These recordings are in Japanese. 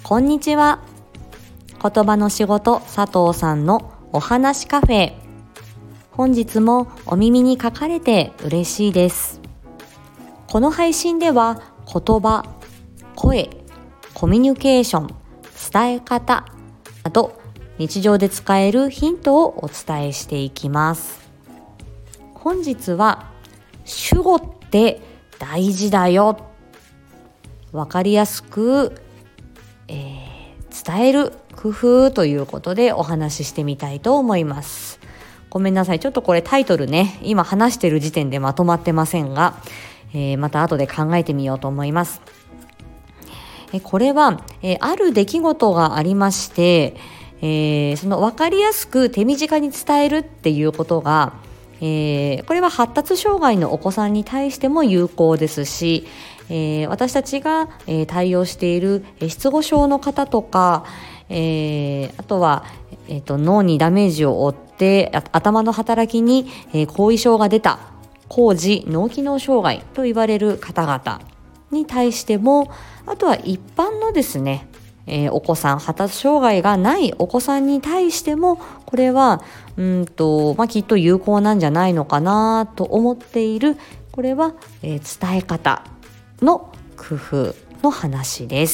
こんにちは。言葉の仕事佐藤さんのお話カフェ。本日もお耳に書かれて嬉しいです。この配信では言葉、声、コミュニケーション、伝え方など日常で使えるヒントをお伝えしていきます。本日は主語って大事だよ。わかりやすく、伝える工夫ということでお話ししてみたいと思います。ごめんなさい。ちょっとこれタイトルね、今話している時点でまとまってませんが、また後で考えてみようと思います。これは、ある出来事がありまして、その分かりやすく手短に伝えるっていうことが、これは発達障害のお子さんに対しても有効ですし、私たちが、対応している失語症の方とか、あとは、脳にダメージを負って頭の働きに、後遺症が出た高次脳機能障害と言われる方々に対しても、あとは一般のですね、お子さん、発達障害がないお子さんに対してもこれはきっと有効なんじゃないのかなと思っている。これは、伝え方の工夫の話です。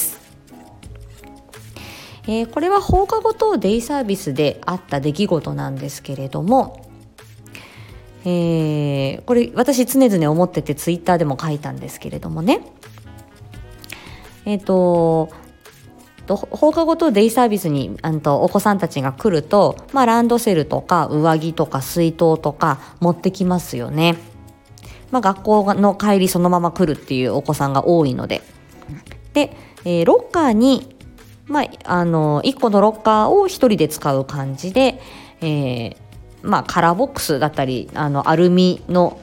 これは放課後等デイサービスであった出来事なんですけれども、これ私常々思っててツイッターでも書いたんですけれどもね、放課後等デイサービスにお子さんたちが来ると、ランドセルとか上着とか水筒とか持ってきますよね。学校の帰りそのまま来るっていうお子さんが多いので、で、ロッカーに、1個のロッカーを1人で使う感じで、カラーボックスだったりアルミの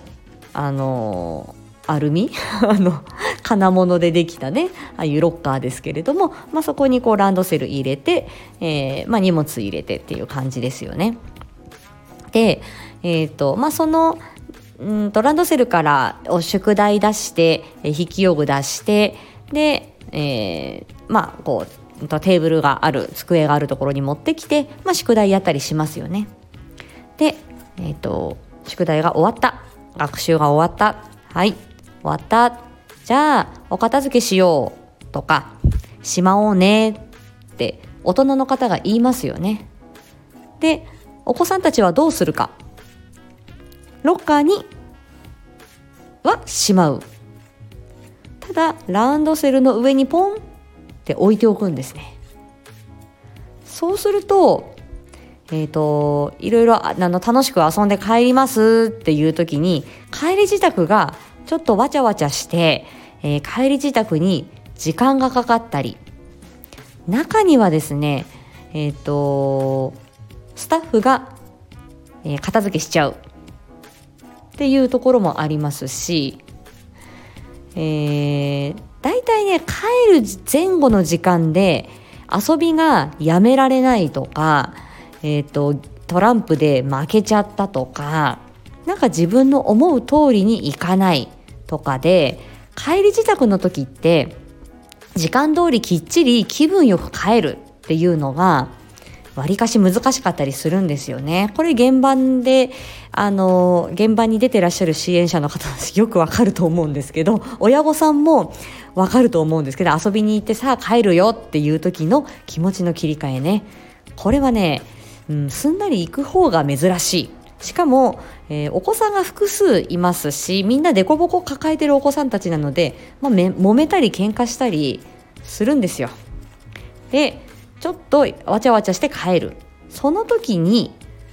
金物でできたね、ああいうロッカーですけれども、そこにランドセル入れて、荷物入れてっていう感じですよね。で、そのランドセルから宿題出して筆記用具出してで、テーブルがある机があるところに持ってきて、宿題やったりしますよね。で、宿題が終わった、学習が終わった、はい終わった、じゃあお片付けしようとかしまおうねって大人の方が言いますよね。で、お子さんたちはどうするか、ロッカーにはしまう。ただランドセルの上にポンって置いておくんですね。そうするといろいろ楽しく遊んで帰りますっていう時に帰り支度がちょっとわちゃわちゃして、帰り支度に時間がかかったり、中にはですね、スタッフが、片付けしちゃうっていうところもありますし、だいたいね、帰る前後の時間で遊びがやめられないとか、トランプで負けちゃったとか、自分の思う通りにいかないとかで、帰り支度の時って時間通りきっちり気分よく帰るっていうのがわりかし難しかったりするんですよね。これ現場で現場に出てらっしゃる支援者の方よくわかると思うんですけど、親御さんもわかると思うんですけど、遊びに行ってさあ帰るよっていう時の気持ちの切り替えね、これはね、すんなり行く方が珍しい。しかも、お子さんが複数いますし、みんなデコボコ抱えてるお子さんたちなので、揉めたり喧嘩したりするんですよ。で、ちょっとわちゃわちゃして帰る。その時に、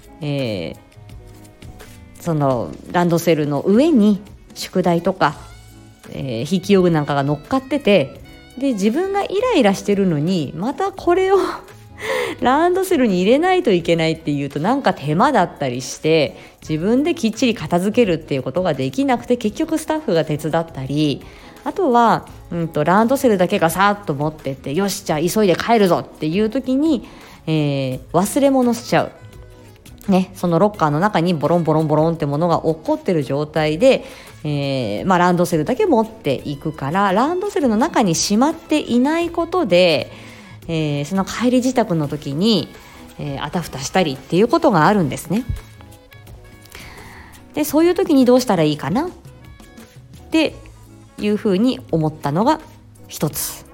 そのランドセルの上に宿題とか、筆記用具なんかが乗っかってて、で自分がイライラしてるのにまたこれをランドセルに入れないといけないっていうと手間だったりして、自分できっちり片付けるっていうことができなくて、結局スタッフが手伝ったり、あとは、ランドセルだけがさーっと持ってって、よしじゃあ急いで帰るぞっていう時に、忘れ物しちゃう。ね、そのロッカーの中にボロンボロンボロンってものが落っこってる状態で、ランドセルだけ持っていくから、ランドセルの中にしまっていないことで、 その帰り支度の時に、あたふたしたりっていうことがあるんですね。でそういう時にどうしたらいいかなっていうふうに思ったのが一つ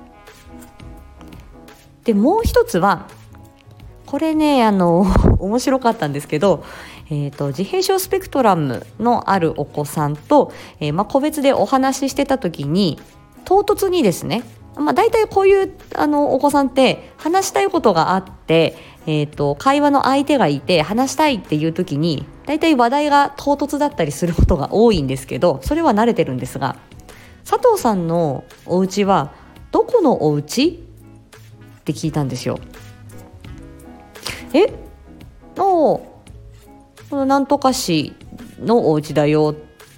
で、もう一つはこれね面白かったんですけど、自閉症スペクトラムのあるお子さんと、個別でお話ししてた時に唐突にですね、大体こういうお子さんって話したいことがあって、会話の相手がいて話したいっていう時に大体話題が唐突だったりすることが多いんですけど、それは慣れてるんですが、佐藤さんのお家はどこのお家って聞いたんですよ。このなんとか市のお家だよ。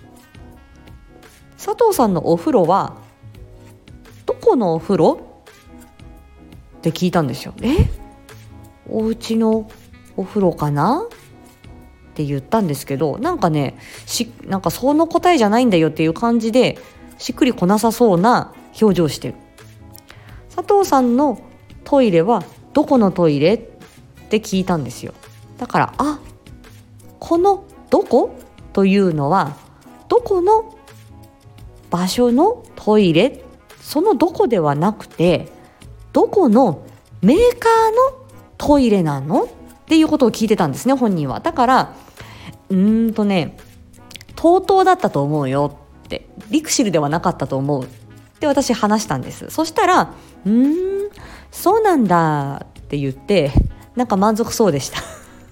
佐藤さんのお風呂はどこのお風呂って聞いたんですよ。お家のお風呂かなって言ったんですけど、なんかその答えじゃないんだよっていう感じでしっくりこなさそうな表情をしてる。佐藤さんのトイレはどこのトイレって聞いたんですよ。だからこのどこというのはどこの場所のトイレ、そのどこではなくてどこのメーカーのトイレなのっていうことを聞いてたんですね、本人は。だからTOTO だったと思うよって、リクシルではなかったと思うって私話したんです。そしたらそうなんだって言ってなんか満足そうでした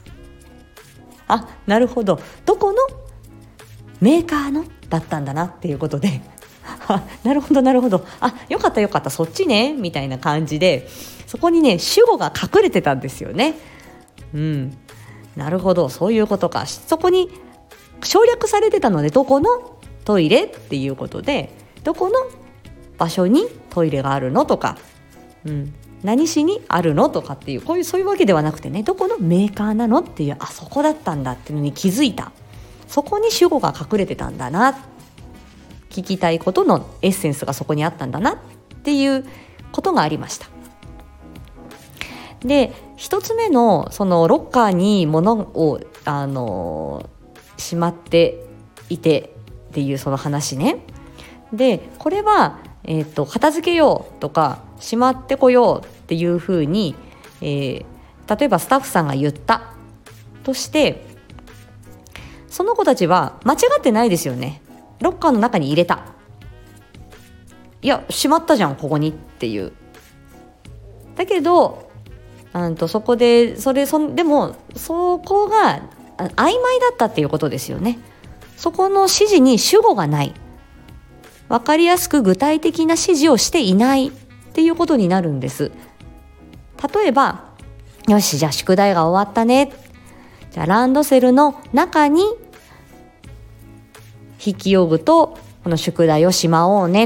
なるほど、どこのメーカーのだったんだなっていうことでなるほどよかったそっちねみたいな感じで、そこにね主語が隠れてたんですよね。なるほど、そういうことか。そこに省略されてたのでどこのトイレっていうことで、どこの場所にトイレがあるのとか、何しにあるのとかっていう、そういうわけではなくてね、どこのメーカーなのっていう、そこだったんだっていうのに気づいた。そこに主語が隠れてたんだな、聞きたいことのエッセンスがそこにあったんだなっていうことがありました。で、一つ目のそのロッカーに物をしまっていてっていうその話ね。でこれは、片付けようとかしまってこようっていうふうに、例えばスタッフさんが言ったとして、その子たちは間違ってないですよね。ロッカーの中に入れた、いやしまったじゃんここにっていう。だけどそこででもそこが曖昧だったっていうことですよね。そこの指示に主語がない、分かりやすく具体的な指示をしていないっていうことになるんです。例えば、よしじゃあ宿題が終わったね、じゃあランドセルの中に筆記用具とこの宿題をしまおうねって。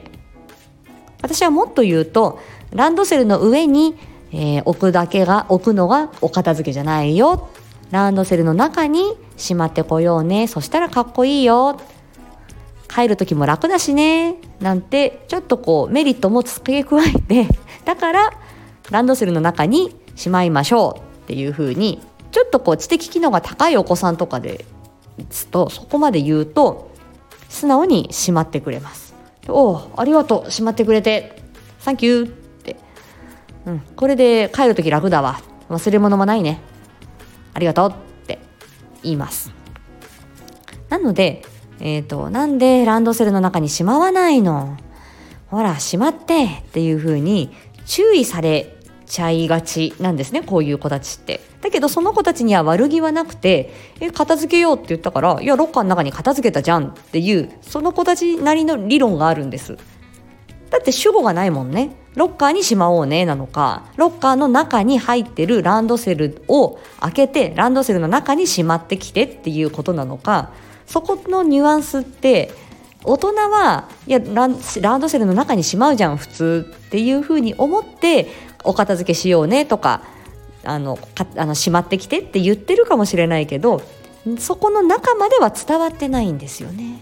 私はもっと言うと、ランドセルの上に、置くのがお片付けじゃないよ、ランドセルの中にしまってこようね、そしたらかっこいいよ、帰る時も楽だしねなんて、ちょっとメリットも付け加えて、だからランドセルの中にしまいましょうっていう風に、ちょっと知的機能が高いお子さんとかですと、そこまで言うと素直にしまってくれます。ありがとう、しまってくれてサンキューって、これで帰る時楽だわ、忘れ物もないね、ありがとうって言います。なので、なんでランドセルの中にしまわないの、ほらしまってっていう風に注意されちゃいがちなんですね、こういう子たちって。だけどその子たちには悪気はなくて、片付けようって言ったから、いやロッカーの中に片付けたじゃんっていう、その子たちなりの理論があるんです。だって主語がないもんね。ロッカーにしまおうねなのか、ロッカーの中に入ってるランドセルを開けてランドセルの中にしまってきてっていうことなのか、そこのニュアンスって、大人はいやランドセルの中にしまうじゃん普通っていう風に思ってお片付けしようねとかしまってきてって言ってるかもしれないけど、そこの中までは伝わってないんですよね。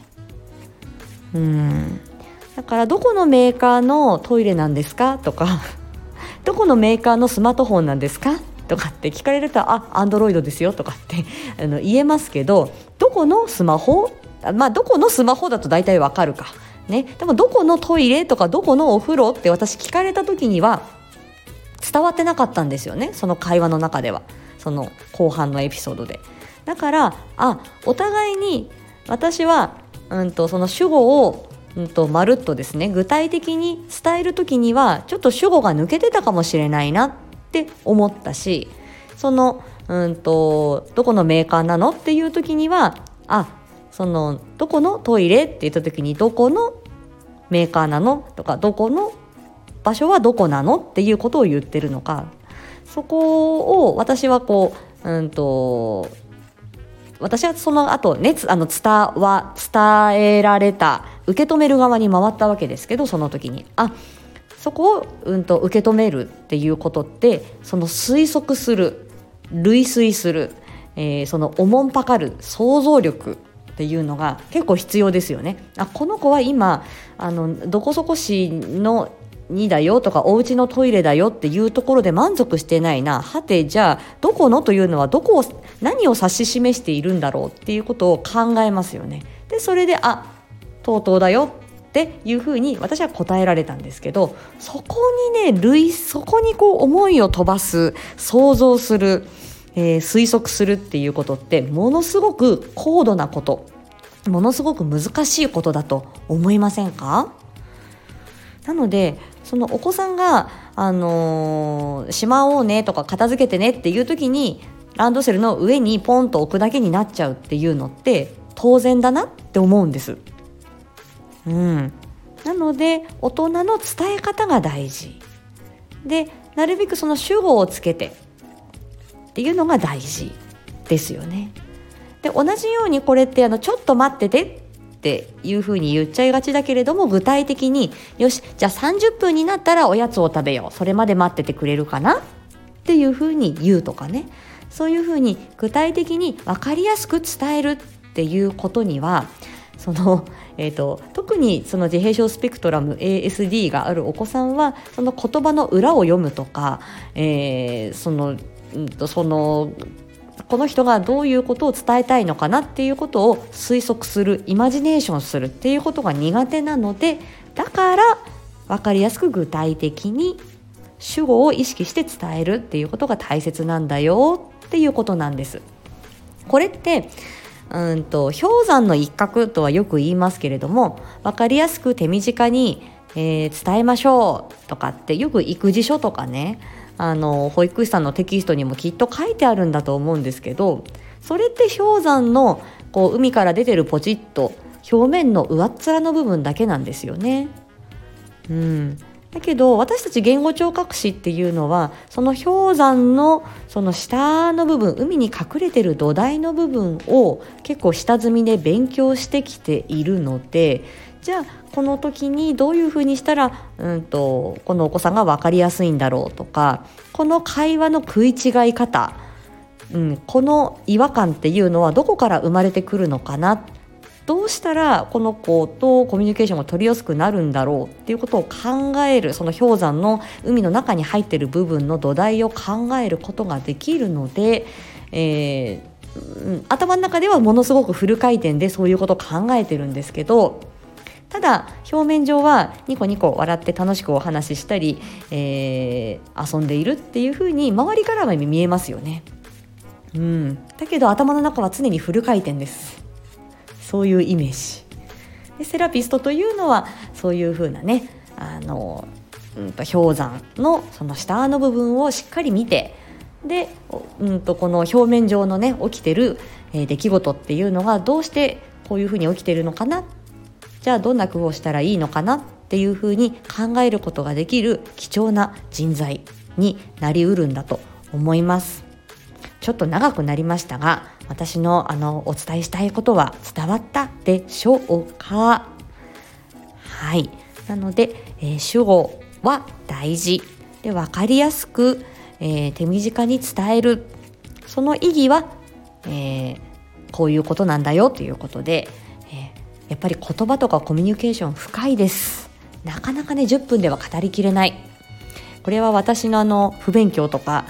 だからどこのメーカーのトイレなんですかとかどこのメーカーのスマートフォンなんですかとかって聞かれると、アンドロイドですよとかって言えますけど、どこのスマホ、どこのスマホだと大体わかるか、ね、でもどこのトイレとかどこのお風呂って私聞かれた時には伝わってなかったんですよね、その会話の中では、その後半のエピソードで。だからお互いに私は、その主語を、まるっとですね具体的に伝える時にはちょっと主語が抜けてたかもしれないなって思ったし、そのどこのメーカーなのっていう時にはそのどこのトイレって言った時にどこのメーカーなのとか、どこの場所はどこなのっていうことを言ってるのか、そこを私は私はその後ね、伝えられた受け止める側に回ったわけですけど、その時にそこを、受け止めるっていうことって、その推測する、類推する、そのおもんぱかる想像力っていうのが結構必要ですよね。この子は今どこそこ市のにだよとか、お家のトイレだよっていうところで満足してないな、はてじゃあどこのというのは何を指し示しているんだろうっていうことを考えますよね。でそれでとうとうだよっていうふうに私は答えられたんですけど、そこにねそこに思いを飛ばす、想像する、推測するっていうことってものすごく高度なこと、ものすごく難しいことだと思いませんか？なのでそのお子さんが、しまおうねとか片付けてねっていう時にランドセルの上にポンと置くだけになっちゃうっていうのって当然だなって思うんです。なので大人の伝え方が大事で、なるべくその主語をつけてっていうのが大事ですよね。で同じようにこれってちょっと待っててっていう風に言っちゃいがちだけれども、具体的によしじゃあ30分になったらおやつを食べよう、それまで待っててくれるかなっていう風に言うとかね、そういう風に具体的に分かりやすく伝えるっていうことには特にその自閉症スペクトラム ASD があるお子さんはその言葉の裏を読むとか、この人がどういうことを伝えたいのかなっていうことを推測する、イマジネーションするっていうことが苦手なので、だから分かりやすく具体的に主語を意識して伝えるっていうことが大切なんだよっていうことなんです。これって氷山の一角とはよく言いますけれども、分かりやすく手短に、伝えましょうとかってよく育児書とかね、保育士さんのテキストにもきっと書いてあるんだと思うんですけど、それって氷山の海から出てるポチッと表面の上っ面の部分だけなんですよね。だけど私たち言語聴覚士っていうのはその氷山のその下の部分、海に隠れてる土台の部分を結構下積みで勉強してきているので、じゃあこの時にどういうふうにしたらこのお子さんが分かりやすいんだろうとか、この会話の食い違い方、この違和感っていうのはどこから生まれてくるのかな、どうしたらこの子とコミュニケーションが取りやすくなるんだろうっていうことを考える、その氷山の海の中に入っている部分の土台を考えることができるので、頭の中ではものすごくフル回転でそういうことを考えてるんですけど、ただ表面上はニコニコ笑って楽しくお話ししたり、遊んでいるっていう風に周りからは見えますよね。だけど頭の中は常にフル回転です。そういうイメージで、セラピストというのはそういう風なね、氷山のその下の部分をしっかり見て、で、この表面上のね起きてる、出来事っていうのがどうしてこういう風に起きてるのかな、じゃあどんな工夫をしたらいいのかなっていう風に考えることができる貴重な人材になりうるんだと思います。ちょっと長くなりましたが、私のお伝えしたいことは伝わったでしょうか？はい。なので、主語は大事で、分かりやすく、手短に伝える、その意義は、こういうことなんだよということで、やっぱり言葉とかコミュニケーション深いです。なかなかね10分では語りきれない。 これは私の不勉強とか、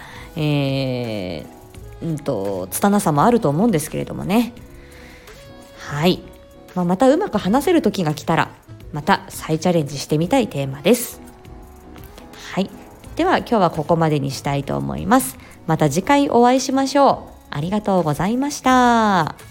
拙さもあると思うんですけれどもね。はい、またうまく話せる時が来たらまた再チャレンジしてみたいテーマです。はい、では今日はここまでにしたいと思います。また次回お会いしましょう。ありがとうございました。